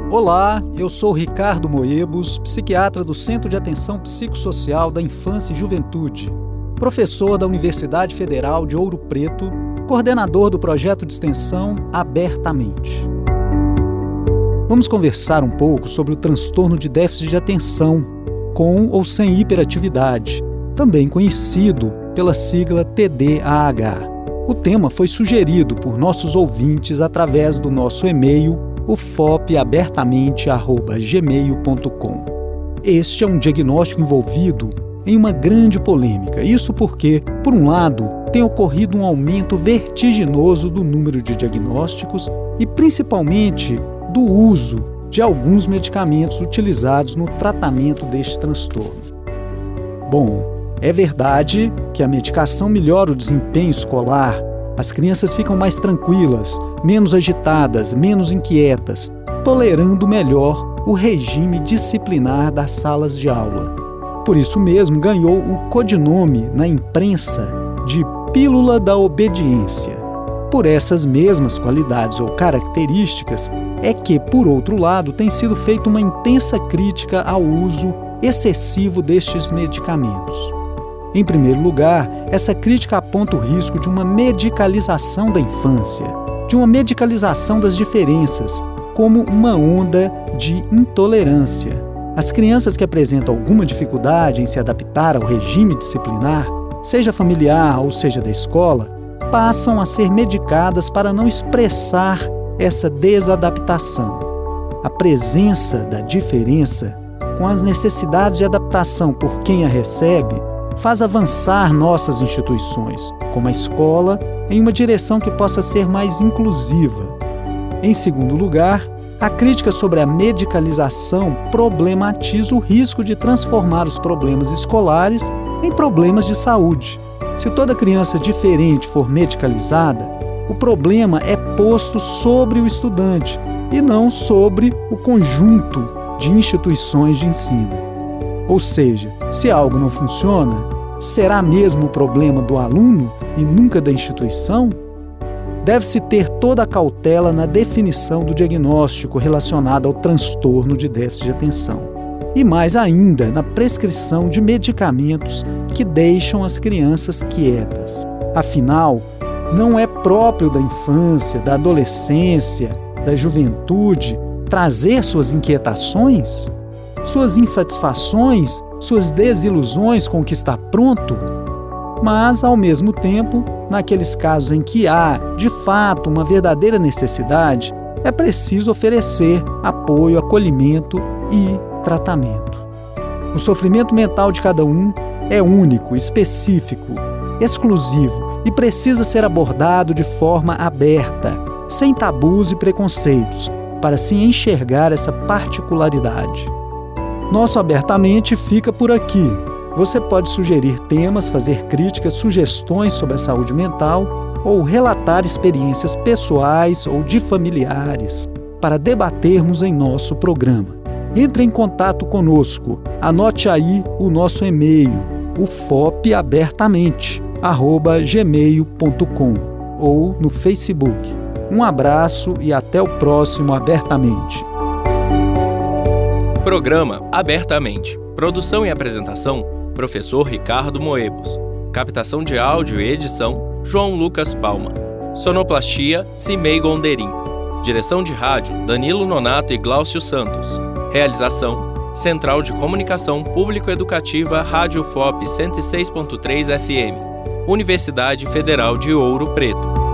Olá, eu sou Ricardo Moebos, psiquiatra do Centro de Atenção Psicossocial da Infância e Juventude, professor da Universidade Federal de Ouro Preto, coordenador do projeto de extensão Abertamente. Vamos conversar um pouco sobre o transtorno de déficit de atenção, com ou sem hiperatividade, também conhecido pela sigla TDAH. O tema foi sugerido por nossos ouvintes através do nosso e-mail, o fopabertamente@gmail.com. Este é um diagnóstico envolvido em uma grande polêmica. Isso porque, por um lado, tem ocorrido um aumento vertiginoso do número de diagnósticos e, principalmente, do uso de alguns medicamentos utilizados no tratamento deste transtorno. Bom, é verdade que a medicação melhora o desempenho escolar, as crianças ficam mais tranquilas, menos agitadas, menos inquietas, tolerando melhor o regime disciplinar das salas de aula. Por isso mesmo, ganhou o codinome na imprensa de pílula da obediência. Por essas mesmas qualidades ou características, é que, por outro lado, tem sido feita uma intensa crítica ao uso excessivo destes medicamentos. Em primeiro lugar, essa crítica aponta o risco de uma medicalização da infância, de uma medicalização das diferenças, como uma onda de intolerância. As crianças que apresentam alguma dificuldade em se adaptar ao regime disciplinar, seja familiar ou seja da escola, passam a ser medicadas para não expressar essa desadaptação. A presença da diferença, com as necessidades de adaptação por quem a recebe, faz avançar nossas instituições, como a escola, em uma direção que possa ser mais inclusiva. Em segundo lugar, a crítica sobre a medicalização problematiza o risco de transformar os problemas escolares em problemas de saúde. Se toda criança diferente for medicalizada, o problema é posto sobre o estudante e não sobre o conjunto de instituições de ensino. Ou seja, se algo não funciona, será mesmo o problema do aluno e nunca da instituição? Deve-se ter toda a cautela na definição do diagnóstico relacionado ao transtorno de déficit de atenção. E mais ainda, na prescrição de medicamentos que deixam as crianças quietas. Afinal, não é próprio da infância, da adolescência, da juventude trazer suas inquietações? Suas insatisfações, suas desilusões com o que está pronto? Mas, ao mesmo tempo, naqueles casos em que há, de fato, uma verdadeira necessidade, é preciso oferecer apoio, acolhimento e tratamento. O sofrimento mental de cada um é único, específico, exclusivo e precisa ser abordado de forma aberta, sem tabus e preconceitos, para se enxergar essa particularidade. Nosso Abertamente fica por aqui. Você pode sugerir temas, fazer críticas, sugestões sobre a saúde mental ou relatar experiências pessoais ou de familiares para debatermos em nosso programa. Entre em contato conosco. Anote aí o nosso e-mail, o fopabertamente@gmail.com ou no Facebook. Um abraço e até o próximo Abertamente. Programa Abertamente. Produção e apresentação, professor Ricardo Moebos. Captação de áudio e edição, João Lucas Palma. Sonoplastia, Cimei Gonderim. Direção de rádio, Danilo Nonato e Glaucio Santos. Realização, Central de Comunicação Público-Educativa Rádio FOP 106.3 FM. Universidade Federal de Ouro Preto.